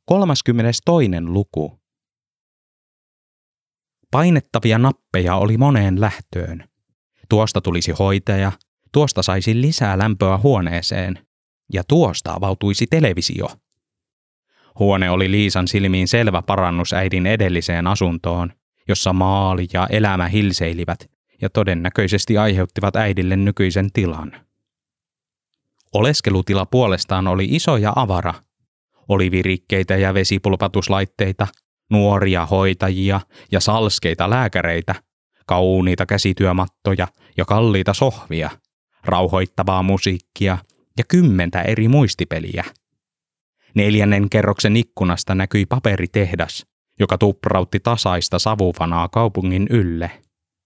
32. luku. Painettavia nappeja oli moneen lähtöön. Tuosta tulisi hoitaja, tuosta saisi lisää lämpöä huoneeseen ja tuosta avautuisi televisio. Huone oli Liisan silmiin selvä parannus äidin edelliseen asuntoon, jossa maali ja elämä hilseilivät ja todennäköisesti aiheuttivat äidille nykyisen tilan. Oleskelutila puolestaan oli iso ja avara. Oli virikkeitä ja vesipulpatuslaitteita, nuoria hoitajia ja salskeita lääkäreitä, kauniita käsityömattoja ja kalliita sohvia, rauhoittavaa musiikkia ja 10 eri muistipeliä. 4. kerroksen ikkunasta näkyi paperitehdas, joka tuprautti tasaista savuvanaa kaupungin ylle.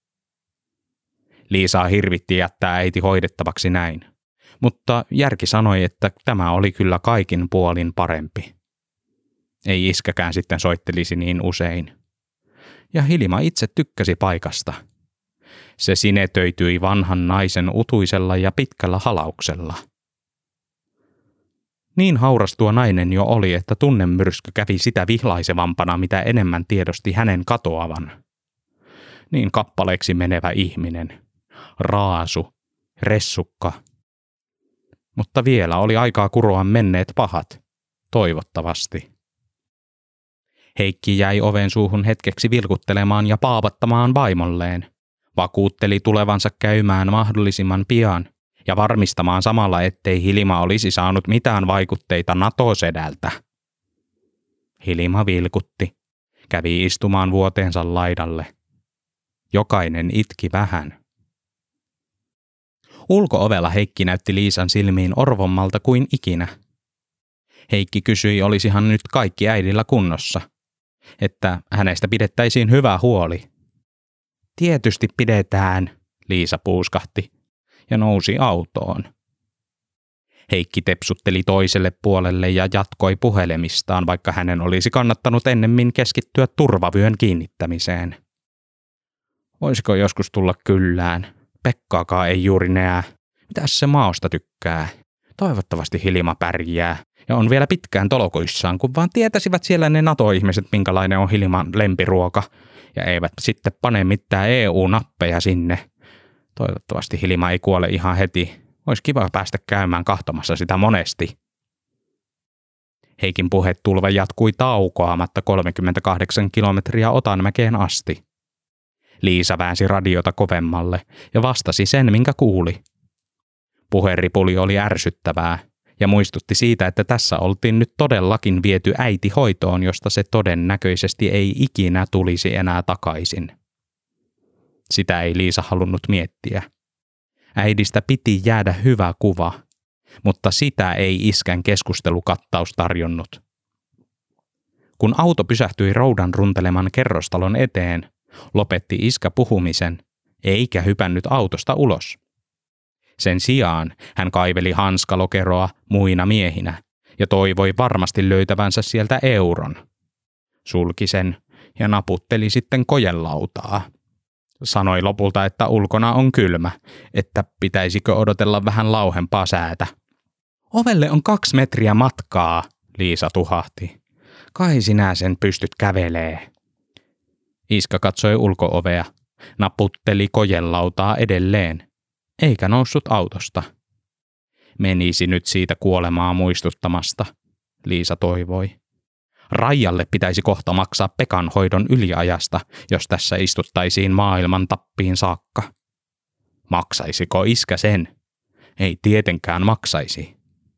Liisaa hirvitti jättää äiti hoidettavaksi näin, mutta järki sanoi, että tämä oli kyllä kaikin puolin parempi. Ei iskäkään sitten soittelisi niin usein. Ja Hilma itse tykkäsi paikasta. Se sinetöityi vanhan naisen utuisella ja pitkällä halauksella. Niin hauras tuo nainen jo oli, että tunnemyrsky kävi sitä vihlaisevampana, mitä enemmän tiedosti hänen katoavan. Niin kappaleeksi menevä ihminen. Raasu, ressukka. Mutta vielä oli aikaa kuroa menneet pahat. Toivottavasti. Heikki jäi oven suuhun hetkeksi vilkuttelemaan ja paapattamaan vaimolleen. Vakuutteli tulevansa käymään mahdollisimman pian ja varmistamaan samalla, ettei Hilma olisi saanut mitään vaikutteita NATO-sedältä. Hilma vilkutti. Kävi istumaan vuoteensa laidalle. Jokainen itki vähän. Ulko-ovella Heikki näytti Liisan silmiin orvommalta kuin ikinä. Heikki kysyi, olisihan nyt kaikki äidillä kunnossa, että hänestä pidettäisiin hyvä huoli. Tietysti pidetään, Liisa puuskahti ja nousi autoon. Heikki tepsutteli toiselle puolelle ja jatkoi puhelemistaan, vaikka hänen olisi kannattanut ennemmin keskittyä turvavyön kiinnittämiseen. Voisiko joskus tulla kyllään? Pekkaakaan ei juuri näe. Mitäs se maosta tykkää? Toivottavasti Hilma pärjää ja on vielä pitkään tolkuissaan, kun vaan tietäisivät siellä ne NATO-ihmiset, minkälainen on Hilman lempiruoka, ja eivät sitten pane mitään EU-nappeja sinne. Toivottavasti Hilma ei kuole ihan heti. Olisi kiva päästä käymään kahtomassa sitä monesti. Heikin puhetulva jatkui taukoamatta 38 kilometriä Otanmäkeen asti. Liisa väänsi radiota kovemmalle ja vastasi sen, minkä kuuli. Puheripuli oli ärsyttävää ja muistutti siitä, että tässä oltiin nyt todellakin viety äiti hoitoon, josta se todennäköisesti ei ikinä tulisi enää takaisin. Sitä ei Liisa halunnut miettiä. Äidistä piti jäädä hyvä kuva, mutta sitä ei iskän keskustelukattaus tarjonnut. Kun auto pysähtyi roudan runteleman kerrostalon eteen, lopetti iskä puhumisen, eikä hypännyt autosta ulos. Sen sijaan hän kaiveli hanskalokeroa muina miehinä ja toivoi varmasti löytävänsä sieltä euron. Sulki sen ja naputteli sitten kojelautaa. Sanoi lopulta, että ulkona on kylmä, että pitäisikö odotella vähän lauhempaa säätä. Ovelle on 2 metriä matkaa, Liisa tuhahti. Kai sinä sen pystyt kävelee. Iskä katsoi ulko-ovea, naputteli kojelautaa edelleen, eikä noussut autosta. Menisi nyt siitä kuolemaa muistuttamasta, Liisa toivoi. Raijalle pitäisi kohta maksaa Pekan hoidon yliajasta, jos tässä istuttaisiin maailman tappiin saakka. Maksaisiko iskä sen? Ei tietenkään maksaisi.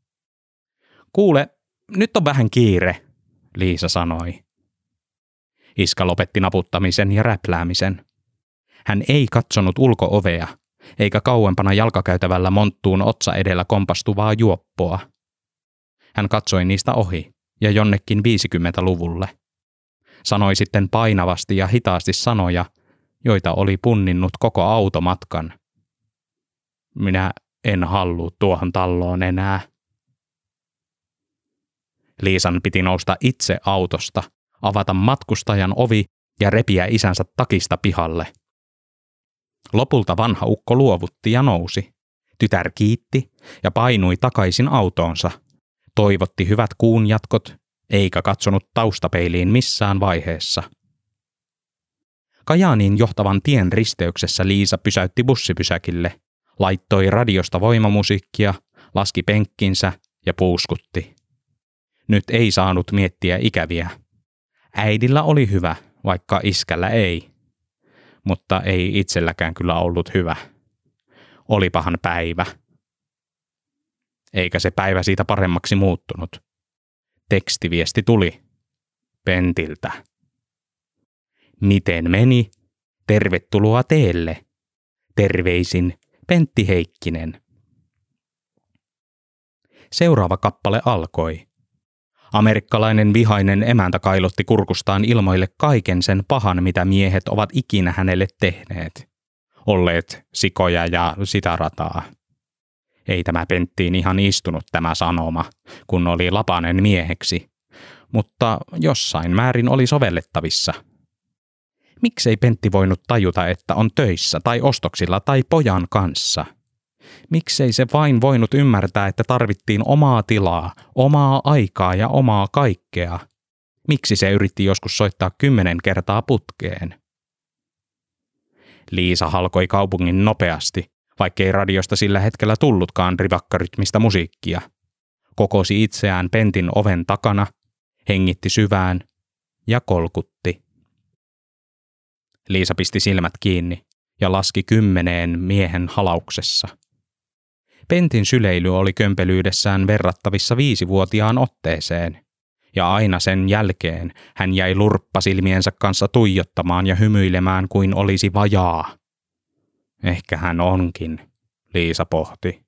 Kuule, nyt on vähän kiire, Liisa sanoi. Iskä lopetti naputtamisen ja räpläämisen. Hän ei katsonut ulko-ovea, eikä kauempana jalkakäytävällä monttuun otsa edellä kompastuvaa juoppoa. Hän katsoi niistä ohi ja jonnekin 50-luvulle. Sanoi sitten painavasti ja hitaasti sanoja, joita oli punninnut koko automatkan. Minä en halua tuohon talloon enää. Liisan piti nousta itse autosta, avata matkustajan ovi ja repiä isänsä takista pihalle. Lopulta vanha ukko luovutti ja nousi. Tytär kiitti ja painui takaisin autoonsa. Toivotti hyvät kuun jatkot eikä katsonut taustapeiliin missään vaiheessa. Kajaaniin johtavan tien risteyksessä Liisa pysäytti bussipysäkille, laittoi radiosta voimamusiikkia, laski penkkinsä ja puuskutti. Nyt ei saanut miettiä ikäviä. Äidillä oli hyvä, vaikka iskällä ei. Mutta ei itselläkään kyllä ollut hyvä. Olipahan päivä. Eikä se päivä siitä paremmaksi muuttunut. Tekstiviesti tuli Pentiltä. Miten meni? Tervetuloa teelle. Terveisin Pentti Heikkinen. Seuraava kappale alkoi. Amerikkalainen vihainen emäntä kailotti kurkustaan ilmoille kaiken sen pahan, mitä miehet ovat ikinä hänelle tehneet. Olleet sikoja ja sitä rataa. Ei tämä Penttiin ihan istunut tämä sanoma, kun oli lapanen mieheksi, mutta jossain määrin oli sovellettavissa. Miksei Pentti voinut tajuta, että on töissä tai ostoksilla tai pojan kanssa? Miksei se vain voinut ymmärtää, että tarvittiin omaa tilaa, omaa aikaa ja omaa kaikkea? Miksi se yritti joskus soittaa 10 kertaa putkeen? Liisa halkoi kaupungin nopeasti, vaikkei radiosta sillä hetkellä tullutkaan rivakkarytmistä musiikkia. Kokosi itseään Pentin oven takana, hengitti syvään ja kolkutti. Liisa pisti silmät kiinni ja laski 10 miehen halauksessa. Pentin syleily oli kömpelyydessään verrattavissa 5-vuotiaan otteeseen, ja aina sen jälkeen hän jäi lurppasilmiensä kanssa tuijottamaan ja hymyilemään kuin olisi vajaa. Ehkä hän onkin, Liisa pohti.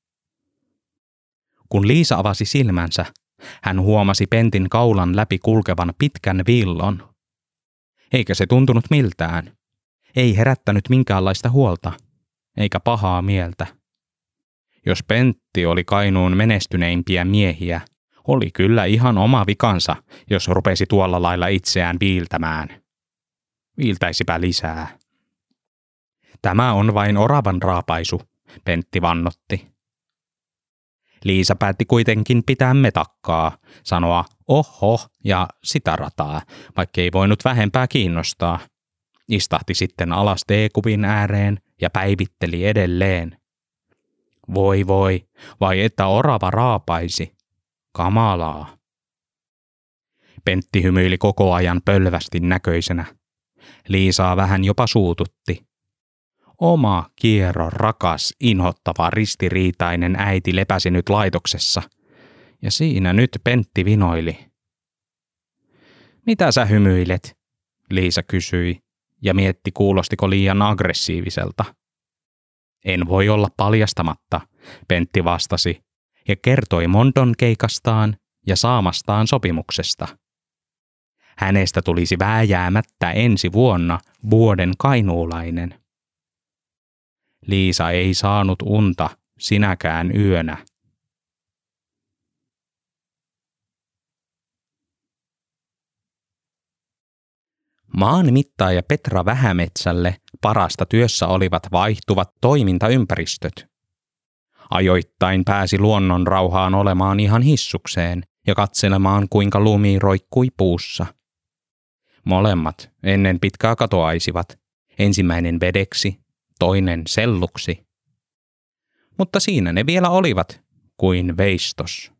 Kun Liisa avasi silmänsä, hän huomasi Pentin kaulan läpi kulkevan pitkän villon. Eikä se tuntunut miltään. Ei herättänyt minkäänlaista huolta, eikä pahaa mieltä. Jos Pentti oli Kainuun menestyneimpiä miehiä, oli kyllä ihan oma vikansa, jos rupesi tuolla lailla itseään viiltämään. Viiltäisipä lisää. Tämä on vain oravan raapaisu, Pentti vannotti. Liisa päätti kuitenkin pitää metakkaa, sanoa oho ja sitä rataa, vaikkei voinut vähempää kiinnostaa. Istahti sitten alas teekupin ääreen ja päivitteli edelleen. Voi, vai että orava raapaisi. Kamalaa. Pentti hymyili koko ajan pölvästi näköisenä. Liisaa vähän jopa suututti. Oma kiero, rakas, inhottava, ristiriitainen äiti lepäsi nyt laitoksessa. Ja siinä nyt Pentti vinoili. Mitä sä hymyilet? Liisa kysyi ja mietti, kuulostiko liian aggressiiviselta. En voi olla paljastamatta, Pentti vastasi ja kertoi Mondon keikastaan ja saamastaan sopimuksesta. Hänestä tulisi vääjäämättä ensi vuonna vuoden kainuulainen. Liisa ei saanut unta sinäkään yönä. Maanmittaaja Petra Vähämetsälle parasta työssä olivat vaihtuvat toimintaympäristöt. Ajoittain pääsi luonnon rauhaan olemaan ihan hissukseen ja katselemaan, kuinka lumi roikkui puussa. Molemmat ennen pitkää katoaisivat, ensimmäinen vedeksi, toinen selluksi. Mutta siinä ne vielä olivat, kuin veistos.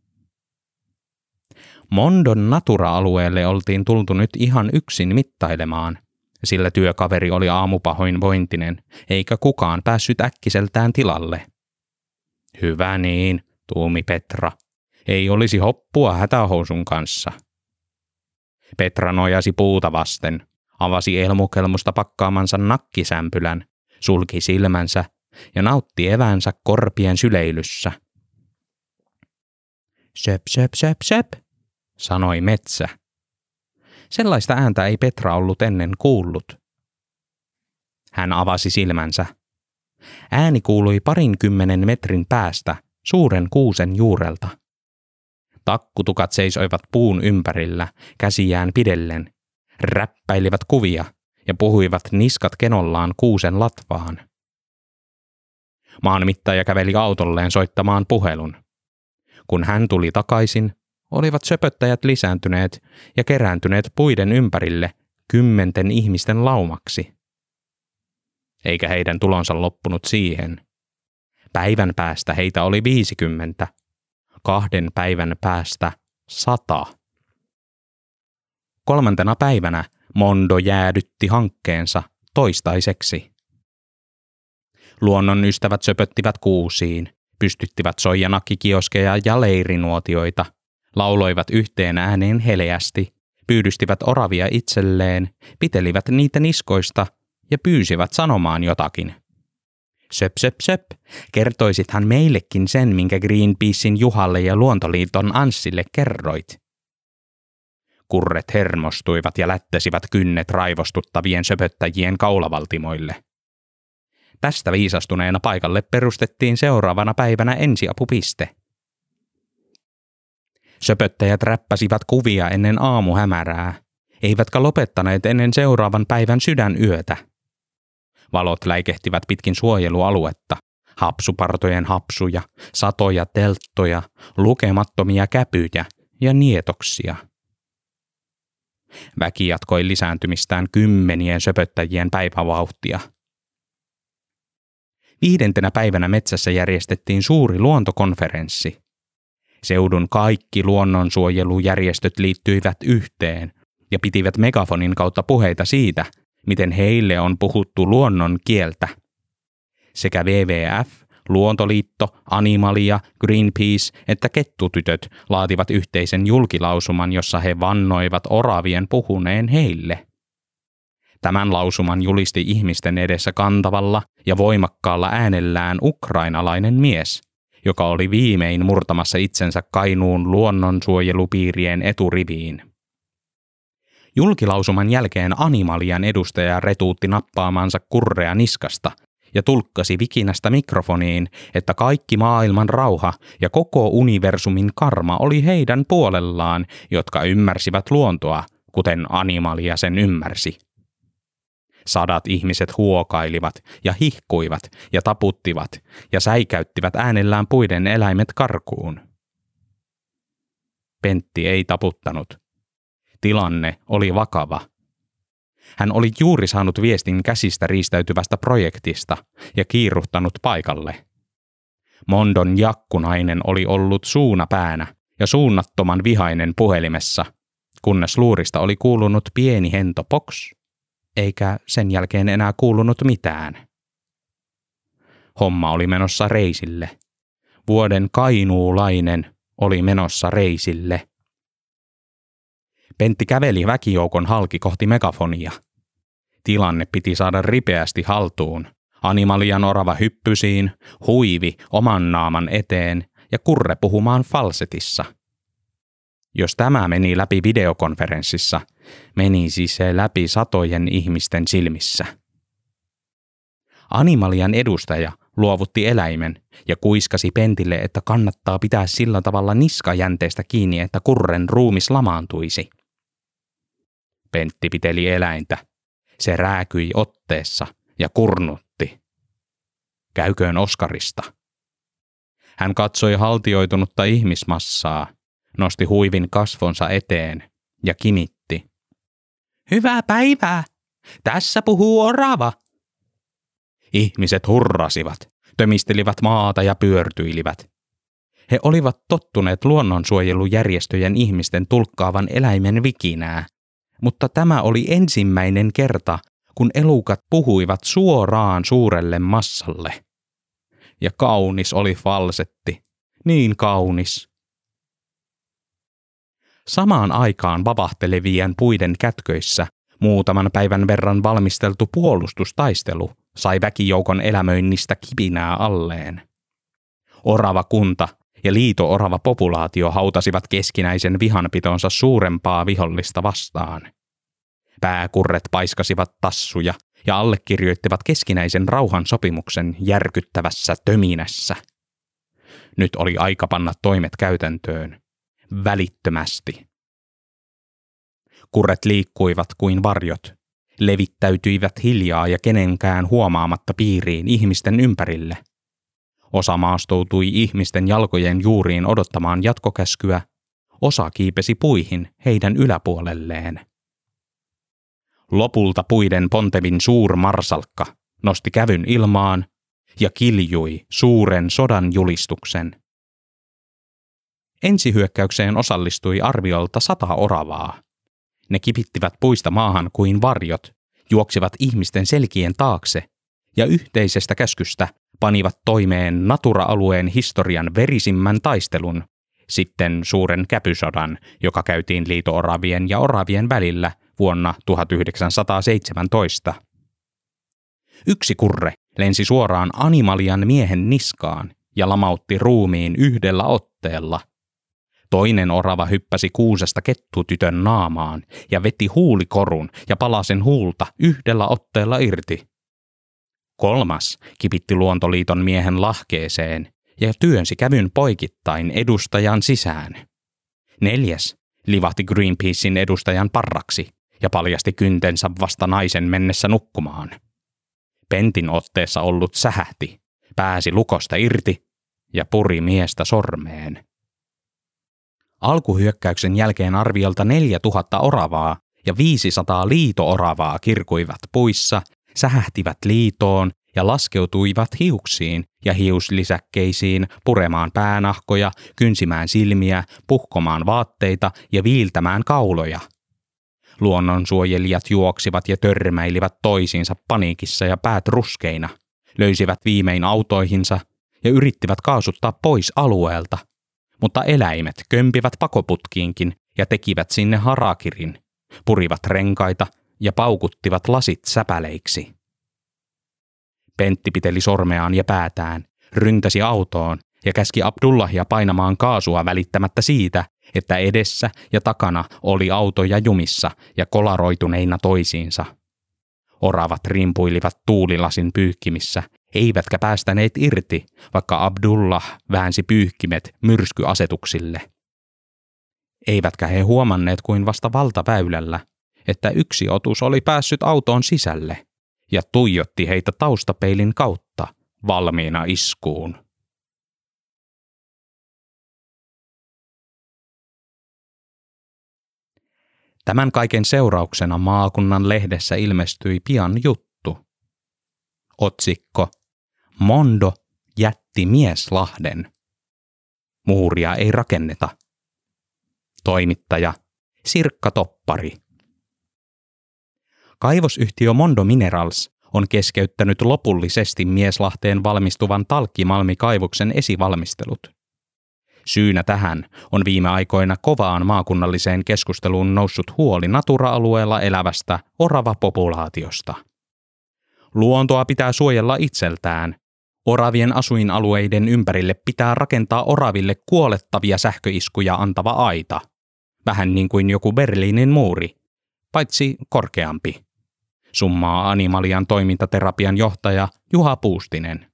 Mondon Natura-alueelle oltiin tultu nyt ihan yksin mittailemaan, sillä työkaveri oli aamupahoinvointinen, eikä kukaan päässyt äkkiseltään tilalle. Hyvä niin, tuumi Petra. Ei olisi hoppua hätähousun kanssa. Petra nojasi puuta vasten, avasi elmukelmusta pakkaamansa nakkisämpylän, sulki silmänsä ja nautti eväänsä korpien syleilyssä. Söp, söp, söp, söp, sanoi metsä. Sellaista ääntä ei Petra ollut ennen kuullut. Hän avasi silmänsä. Ääni kuului 20 metrin päästä suuren kuusen juurelta. Takkutukat seisoivat puun ympärillä, käsiään pidellen, räppäilivät kuvia ja puhuivat niskat kenollaan kuusen latvaan. Maanmittaaja käveli autolleen soittamaan puhelun. Kun hän tuli takaisin, olivat söpöttäjät lisääntyneet ja kerääntyneet puiden ympärille 10 ihmisten laumaksi. Eikä heidän tulonsa loppunut siihen. Päivän päästä heitä oli 50, 2 päivän päästä 100. 3. päivänä Mondo jäädytti hankkeensa toistaiseksi. Luonnon ystävät söpöttivät kuusiin, pystyttivät soijanakkikioskeja ja leirinuotioita, lauloivat yhteen ääneen heleästi, pyydystivät oravia itselleen, pitelivät niitä niskoista ja pyysivät sanomaan jotakin. Söp, söp, söp, kertoisithan meillekin sen, minkä Greenpeacein Juhalle ja Luontoliiton Anssille kerroit. Kurret hermostuivat ja lättäsivät kynnet raivostuttavien söpöttäjien kaulavaltimoille. Tästä viisastuneena paikalle perustettiin seuraavana päivänä ensiapupiste. Söpöttäjät räppäsivät kuvia ennen aamuhämärää, eivätkä lopettaneet ennen seuraavan päivän sydänyötä. Valot läikehtivät pitkin suojelualuetta, hapsupartojen hapsuja, satoja telttoja, lukemattomia käpyjä ja nietoksia. Väki jatkoi lisääntymistään 10 söpöttäjien päivävauhtia. 5. päivänä metsässä järjestettiin suuri luontokonferenssi. Seudun kaikki luonnonsuojelujärjestöt liittyivät yhteen ja pitivät megafonin kautta puheita siitä, miten heille on puhuttu luonnon kieltä. Sekä WWF, Luontoliitto, Animalia, Greenpeace että kettutytöt laativat yhteisen julkilausuman, jossa he vannoivat oravien puhuneen heille. Tämän lausuman julisti ihmisten edessä kantavalla ja voimakkaalla äänellään ukrainalainen mies, joka oli viimein murtamassa itsensä Kainuun luonnonsuojelupiirien eturiviin. Julkilausuman jälkeen Animalian edustaja retuutti nappaamansa kurrea niskasta ja tulkkasi vikinästä mikrofoniin, että kaikki maailman rauha ja koko universumin karma oli heidän puolellaan, jotka ymmärsivät luontoa, kuten Animalia sen ymmärsi. 100 ihmiset huokailivat ja hihkuivat ja taputtivat ja säikäyttivät äänellään puiden eläimet karkuun. Pentti ei taputtanut. Tilanne oli vakava. Hän oli juuri saanut viestin käsistä riistäytyvästä projektista ja kiiruhtanut paikalle. Mondon jakkunainen oli ollut suuna päänä ja suunnattoman vihainen puhelimessa, kunnes luurista oli kuulunut pieni hento poks, eikä sen jälkeen enää kuulunut mitään. Homma oli menossa reisille. Vuoden kainuulainen oli menossa reisille. Pentti käveli väkijoukon halki kohti megafonia. Tilanne piti saada ripeästi haltuun. Animalian orava hyppysiin, huivi oman naaman eteen ja kurre puhumaan falsetissa. Jos tämä meni läpi videokonferenssissa, menisi se läpi satojen ihmisten silmissä. Animalian edustaja luovutti eläimen ja kuiskasi Pentille, että kannattaa pitää sillä tavalla niskajänteestä kiinni, että kurren ruumis lamaantuisi. Pentti piteli eläintä. Se rääkyi otteessa ja kurnutti. Käyköön Oskarista. Hän katsoi haltioitunutta ihmismassaa, nosti huivin kasvonsa eteen ja kimitti. Hyvää päivää! Tässä puhuu orava! Ihmiset hurrasivat, tömistelivät maata ja pyörtyilivät. He olivat tottuneet luonnonsuojelujärjestöjen ihmisten tulkkaavan eläimen vikinää, mutta tämä oli ensimmäinen kerta, kun elukat puhuivat suoraan suurelle massalle. Ja kaunis oli falsetti, niin kaunis. Samaan aikaan vavahtelevien puiden kätköissä muutaman päivän verran valmisteltu puolustustaistelu sai väkijoukon elämöinnistä kipinää alleen. Oravakunta ja liito-orava populaatio hautasivat keskinäisen vihanpitonsa suurempaa vihollista vastaan. Pääkurret paiskasivat tassuja ja allekirjoittivat keskinäisen rauhansopimuksen järkyttävässä töminässä. Nyt oli aika panna toimet käytäntöön. Välittömästi. Kurret liikkuivat kuin varjot, levittäytyivät hiljaa ja kenenkään huomaamatta piiriin ihmisten ympärille. Osa maastoutui ihmisten jalkojen juuriin odottamaan jatkokäskyä, osa kiipesi puihin heidän yläpuolelleen. Lopulta puiden pontevin suurmarsalkka nosti kävyn ilmaan ja kiljui suuren sodan julistuksen. Ensihyökkäykseen osallistui arviolta 100 oravaa. Ne kipittivät puista maahan kuin varjot, juoksivat ihmisten selkien taakse ja yhteisestä käskystä panivat toimeen Natura-alueen historian verisimmän taistelun, sitten suuren käpysodan, joka käytiin liito-oravien ja oravien välillä vuonna 1917. Yksi kurre lensi suoraan Animalian miehen niskaan ja lamautti ruumiin yhdellä otteella. Toinen orava hyppäsi kuusesta kettutytön naamaan ja veti huulikorun ja palasen huulta yhdellä otteella irti. Kolmas kipitti Luontoliiton miehen lahkeeseen ja työnsi kävyn poikittain edustajan sisään. Neljäs livahti Greenpeacein edustajan parraksi ja paljasti kyntensä vasta naisen mennessä nukkumaan. Pentin otteessa ollut sähähti, pääsi lukosta irti ja puri miestä sormeen. Alkuhyökkäyksen jälkeen arviolta 4000 oravaa ja 500 liito-oravaa kirkuivat puissa, sähähtivät liitoon ja laskeutuivat hiuksiin ja hiuslisäkkeisiin puremaan päänahkoja, kynsimään silmiä, puhkomaan vaatteita ja viiltämään kauloja. Luonnonsuojelijat juoksivat ja törmäilivät toisiinsa paniikissa ja päät ruskeina, löysivät viimein autoihinsa ja yrittivät kaasuttaa pois alueelta, mutta eläimet kömpivät pakoputkiinkin ja tekivät sinne harakirin, purivat renkaita ja paukuttivat lasit säpäleiksi. Pentti piteli sormeaan ja päätään, ryntäsi autoon ja käski Abdullahia painamaan kaasua välittämättä siitä, että edessä ja takana oli autoja jumissa ja kolaroituneina toisiinsa. Oravat rimpuilivat tuulilasin pyyhkimissä, eivätkä päästäneet irti, vaikka Abdullah väänsi pyyhkimet myrskyasetuksille. Eivätkä he huomanneet kuin vasta valtaväylällä, että yksi otus oli päässyt autoon sisälle ja tuijotti heitä taustapeilin kautta valmiina iskuun. Tämän kaiken seurauksena maakunnan lehdessä ilmestyi pian juttu. Otsikko: Mondo jätti Mieslahden. Muuria ei rakenneta. Toimittaja Sirkka Toppari. Kaivosyhtiö Mondo Minerals on keskeyttänyt lopullisesti Mieslahteen valmistuvan talkkimalmikaivoksen esivalmistelut. Syynä tähän on viime aikoina kovaan maakunnalliseen keskusteluun noussut huoli Natura-alueella elävästä oravapopulaatiosta. Luontoa pitää suojella itseltään. Oravien asuinalueiden ympärille pitää rakentaa oraville kuolettavia sähköiskuja antava aita. Vähän niin kuin joku Berliinin muuri, paitsi korkeampi. Summaa Animalian toimintaterapian johtaja Juha Puustinen.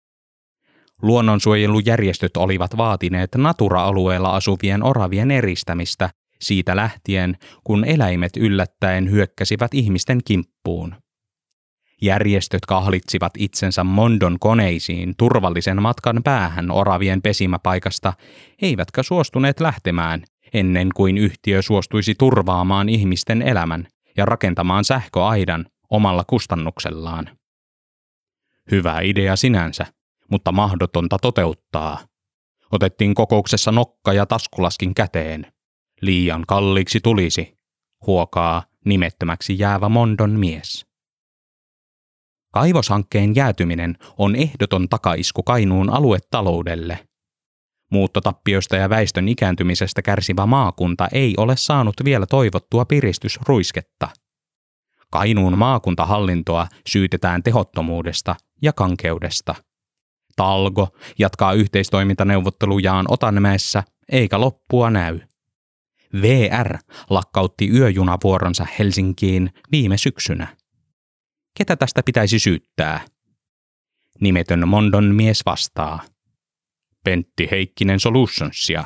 Luonnonsuojelujärjestöt olivat vaatineet Natura-alueella asuvien oravien eristämistä siitä lähtien, kun eläimet yllättäen hyökkäsivät ihmisten kimppuun. Järjestöt kahlitsivat itsensä Mondon koneisiin turvallisen matkan päähän oravien pesimäpaikasta, eivätkä suostuneet lähtemään ennen kuin yhtiö suostuisi turvaamaan ihmisten elämän ja rakentamaan sähköaidan omalla kustannuksellaan. Hyvä idea sinänsä, mutta mahdotonta toteuttaa. Otettiin kokouksessa nokka ja taskulaskin käteen. Liian kalliiksi tulisi, huokaa nimettömäksi jäävä Mondon mies. Kaivoshankkeen jäätyminen on ehdoton takaisku Kainuun aluetaloudelle. Muuttotappioista ja väestön ikääntymisestä kärsivä maakunta ei ole saanut vielä toivottua piristysruisketta. Kainuun maakuntahallintoa syytetään tehottomuudesta ja kankeudesta. Talgo jatkaa yhteistoimintaneuvottelujaan Otanmäessä, eikä loppua näy. VR lakkautti yöjunavuoronsa Helsinkiin viime syksynä. Ketä tästä pitäisi syyttää? Nimetön Mondon mies vastaa. Pentti Heikkinen Solutionsia.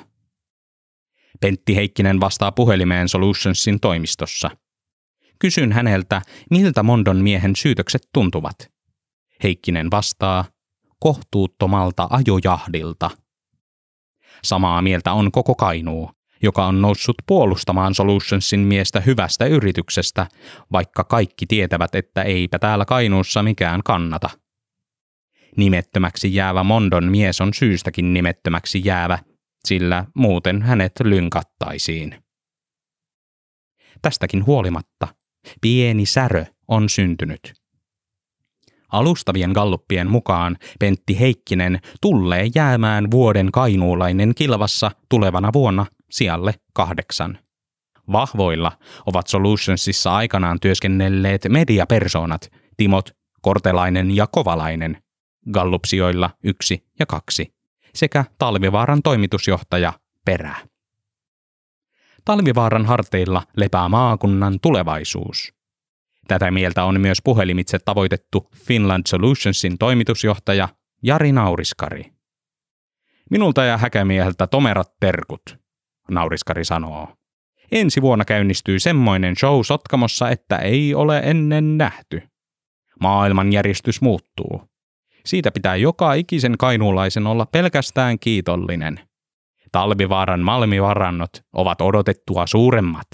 Pentti Heikkinen vastaa puhelimeen Solutionsin toimistossa. Kysyn häneltä, miltä Mondon miehen syytökset tuntuvat. Heikkinen vastaa, kohtuuttomalta ajojahdilta. Samaa mieltä on koko Kainuu, joka on noussut puolustamaan Solutionsin miestä hyvästä yrityksestä, vaikka kaikki tietävät, että eipä täällä Kainuussa mikään kannata. Nimettömäksi jäävä Mondon mies on syystäkin nimettömäksi jäävä, sillä muuten hänet lynkattaisiin. Tästäkin huolimatta pieni särö on syntynyt. Alustavien galluppien mukaan Pentti Heikkinen tullee jäämään vuoden kainuulainen kilvassa tulevana vuonna sijalle 8. Vahvoilla ovat Solutionsissa aikanaan työskennelleet mediapersoonat Timot, Kortelainen ja Kovalainen, gallupsijoilla 1 ja 2, sekä Talvivaaran toimitusjohtaja Perä. Talvivaaran harteilla lepää maakunnan tulevaisuus. Tätä mieltä on myös puhelimitse tavoitettu Finland Solutionsin toimitusjohtaja Jari Nauriskari. Minulta ja Häkämieheltä tomerat terkut, Nauriskari sanoo. Ensi vuonna käynnistyy semmoinen show Sotkamossa, että ei ole ennen nähty. Maailmanjärjestys muuttuu. Siitä pitää joka ikisen kainuulaisen olla pelkästään kiitollinen. Talvivaaran malmivarannot ovat odotettua suuremmat.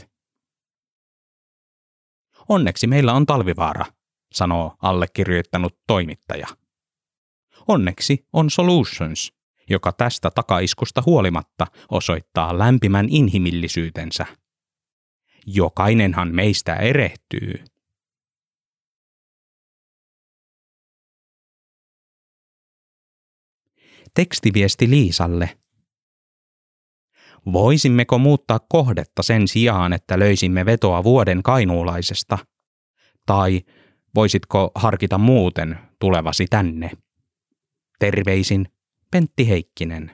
Onneksi meillä on Talvivaara, sanoo allekirjoittanut toimittaja. Onneksi on Solutions, joka tästä takaiskusta huolimatta osoittaa lämpimän inhimillisyytensä. Jokainenhan meistä erehtyy. Tekstiviesti Liisalle. Voisimmeko muuttaa kohdetta sen sijaan, että löisimme vetoa vuoden kainuulaisesta? Tai voisitko harkita muuten tulevasi tänne? Terveisin Pentti Heikkinen.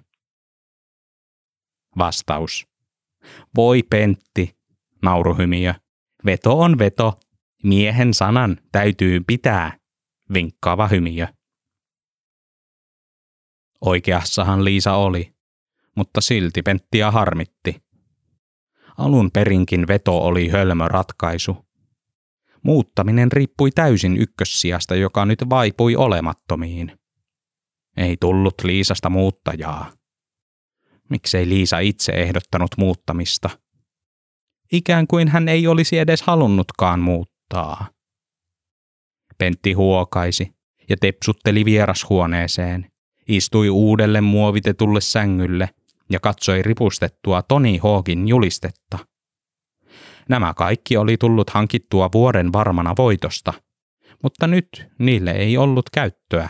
Vastaus. Voi Pentti, nauruhymiö. Veto on veto. Miehen sanan täytyy pitää, vinkkaava hymiö. Oikeassahan Liisa oli, mutta silti Penttiä harmitti. Alun perinkin veto oli hölmö ratkaisu. Muuttaminen riippui täysin ykkössijasta, joka nyt vaipui olemattomiin. Ei tullut Liisasta muuttajaa. Miksei Liisa itse ehdottanut muuttamista? Ikään kuin hän ei olisi edes halunnutkaan muuttaa. Pentti huokaisi ja tepsutteli vierashuoneeseen, istui uudelle muovitetulle sängylle ja katsoi ripustettua Tony Hawkin julistetta. Nämä kaikki oli tullut hankittua vuoden varmana voitosta, mutta nyt niille ei ollut käyttöä.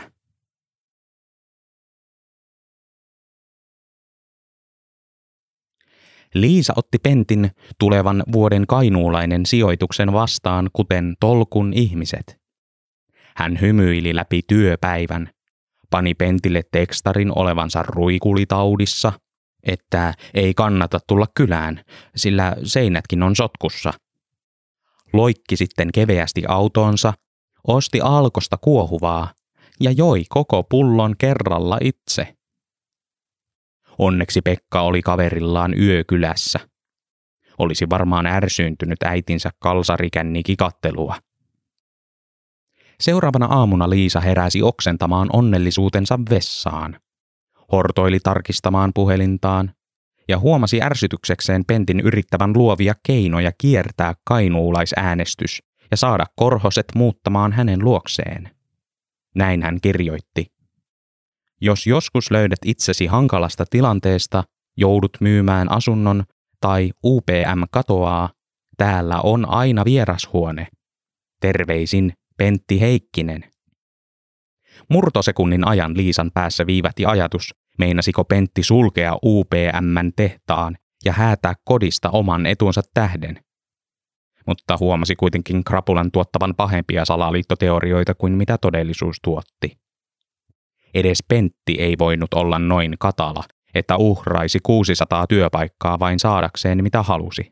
Liisa otti Pentin tulevan vuoden kainuulainen sijoituksen vastaan kuten tolkun ihmiset. Hän hymyili läpi työpäivän, pani Pentille tekstarin olevansa ruikulitaudissa, että ei kannata tulla kylään, sillä seinätkin on sotkussa. Loikki sitten keveästi autoonsa, osti Alkosta kuohuvaa ja joi koko pullon kerralla itse. Onneksi Pekka oli kaverillaan yökylässä. Olisi varmaan ärsyyntynyt äitinsä kalsarikänni-kikattelua. Seuraavana aamuna Liisa heräsi oksentamaan onnellisuutensa vessaan. Hortoili tarkistamaan puhelintaan ja huomasi ärsytyksekseen Pentin yrittävän luovia keinoja kiertää kainuulaisäänestys ja saada Korhoset muuttamaan hänen luokseen. Näin hän kirjoitti. Jos joskus löydät itsesi hankalasta tilanteesta, joudut myymään asunnon tai UPM katoaa, täällä on aina vierashuone. Terveisin Pentti Heikkinen. Murtosekunnin ajan Liisan päässä viivähti ajatus, meinasiko Pentti sulkea UPM:n tehtaan ja häätää kodista oman etunsa tähden. Mutta huomasi kuitenkin krapulan tuottavan pahempia salaliittoteorioita kuin mitä todellisuus tuotti. Edes Pentti ei voinut olla noin katala, että uhraisi 600 työpaikkaa vain saadakseen mitä halusi.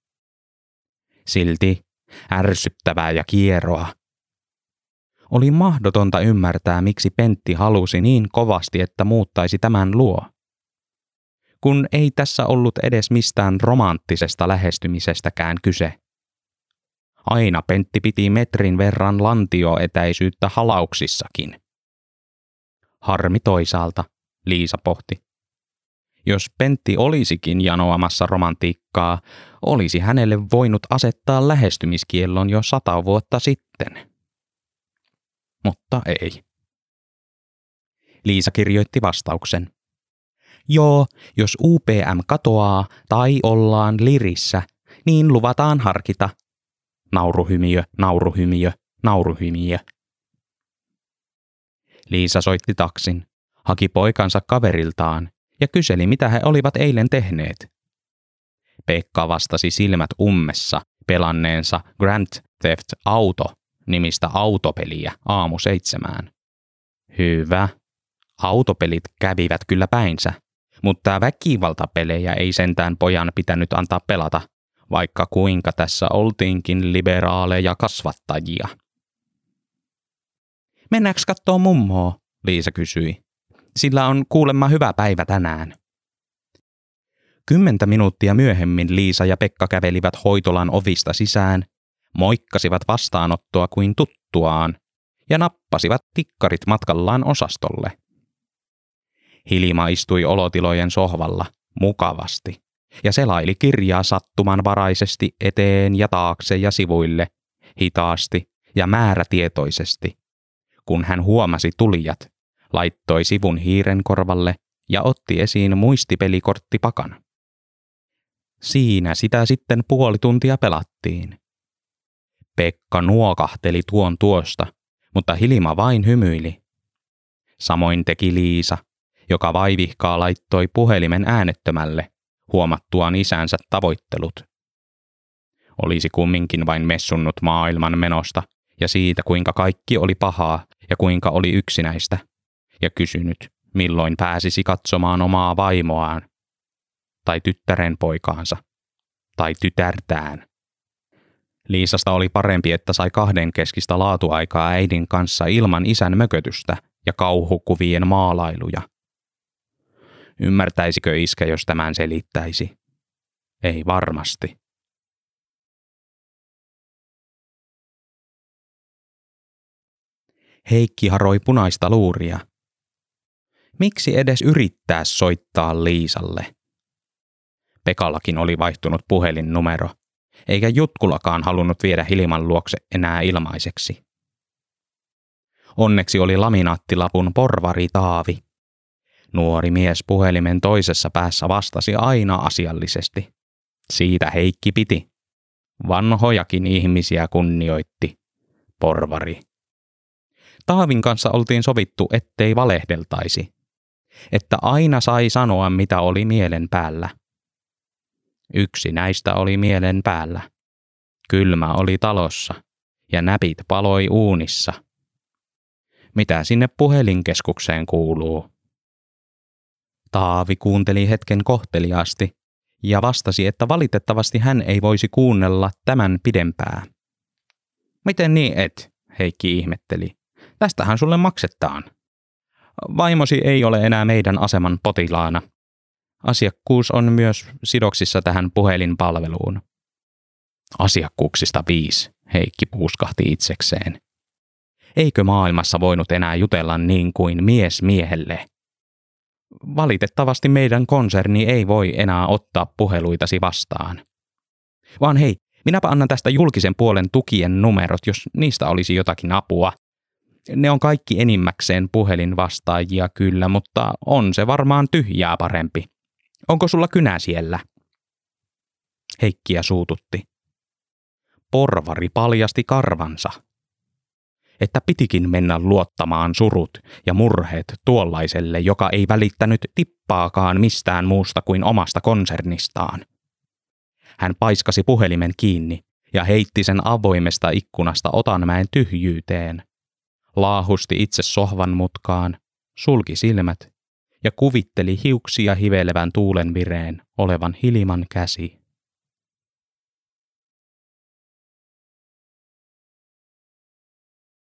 Silti ärsyttävää ja kieroa. Oli mahdotonta ymmärtää, miksi Pentti halusi niin kovasti, että muuttaisi tämän luo. Kun ei tässä ollut edes mistään romanttisesta lähestymisestäkään kyse. Aina Pentti piti metrin verran lantioetäisyyttä halauksissakin. Harmi toisaalta, Liisa pohti. Jos Pentti olisikin janoamassa romantiikkaa, olisi hänelle voinut asettaa lähestymiskiellon jo 100 vuotta sitten. Mutta ei. Liisa kirjoitti vastauksen. Joo, jos UPM katoaa tai ollaan Lirissä, niin luvataan harkita. Nauruhymiö, nauruhymiö, nauruhymiö. Liisa soitti taksin, haki poikansa kaveriltaan ja kyseli, mitä he olivat eilen tehneet. Pekka vastasi silmät ummessa pelanneensa Grand Theft Auto nimistä autopeliä 7:00. Hyvä. Autopelit kävivät kyllä päinsä, mutta väkivaltapelejä ei sentään pojan pitänyt antaa pelata, vaikka kuinka tässä oltiinkin liberaaleja kasvattajia. Mennäänkö kattoo mummoa? Liisa kysyi. Sillä on kuulemma hyvä päivä tänään. 10 minuuttia myöhemmin Liisa ja Pekka kävelivät hoitolan ovista sisään, moikkasivat vastaanottoa kuin tuttuaan ja nappasivat tikkarit matkallaan osastolle. Hilma istui olotilojen sohvalla mukavasti ja selaili kirjaa sattumanvaraisesti eteen ja taakse ja sivuille, hitaasti ja määrätietoisesti. Kun hän huomasi tulijat, laittoi sivun hiiren korvalle ja otti esiin muistipelikorttipakan. Siinä sitä sitten puoli tuntia pelattiin. Pekka nuokahteli tuon tuosta, mutta Hilma vain hymyili. Samoin teki Liisa, joka vaivihkaa laittoi puhelimen äänettömälle, huomattuaan isänsä tavoittelut. Olisi kumminkin vain messunnut maailman menosta ja siitä, kuinka kaikki oli pahaa ja kuinka oli yksinäistä, ja kysynyt, milloin pääsisi katsomaan omaa vaimoaan, tai tyttärenpoikaansa, tai tytärtään. Liisasta oli parempi, että sai 2 keskistä laatuaikaa äidin kanssa ilman isän mökötystä ja kauhukuvien maalailuja. Ymmärtäisikö iskä, jos tämän selittäisi? Ei varmasti. Heikki haroi punaista luuria. Miksi edes yrittää soittaa Liisalle? Pekallakin oli vaihtunut puhelinnumero, eikä Jutkulakaan halunnut viedä Hilman luokse enää ilmaiseksi. Onneksi oli laminaattilapun porvari Taavi. Nuori mies puhelimen toisessa päässä vastasi aina asiallisesti. Siitä Heikki piti. Vanhojakin ihmisiä kunnioitti. Porvari. Taavin kanssa oltiin sovittu, ettei valehdeltaisi. Että aina sai sanoa, mitä oli mielen päällä. Yksi näistä oli mielen päällä. Kylmä oli talossa ja näpit paloi uunissa. Mitä sinne puhelinkeskukseen kuuluu? Taavi kuunteli hetken kohteliaasti ja vastasi, että valitettavasti hän ei voisi kuunnella tämän pidempää. Miten niin et? Heikki ihmetteli. Tästähän sulle maksetaan. Vaimosi ei ole enää meidän aseman potilaana. Asiakkuus on myös sidoksissa tähän puhelinpalveluun. Asiakkuuksista 5, Heikki puuskahti itsekseen. Eikö maailmassa voinut enää jutella niin kuin mies miehelle? Valitettavasti meidän konserni ei voi enää ottaa puheluitasi vastaan. Vaan hei, minäpä annan tästä julkisen puolen tukien numerot, jos niistä olisi jotakin apua. Ne on kaikki enimmäkseen puhelinvastaajia kyllä, mutta on se varmaan tyhjää parempi. Onko sulla kynä siellä? Heikkiä suututti. Porvari paljasti karvansa. Että pitikin mennä luottamaan surut ja murheet tuollaiselle, joka ei välittänyt tippaakaan mistään muusta kuin omasta konsernistaan. Hän paiskasi puhelimen kiinni ja heitti sen avoimesta ikkunasta Otanmäen tyhjyyteen. Laahusti itse sohvan mutkaan, sulki silmät ja kuvitteli hiuksia hivelevän tuulen vireen olevan Hilman käsi.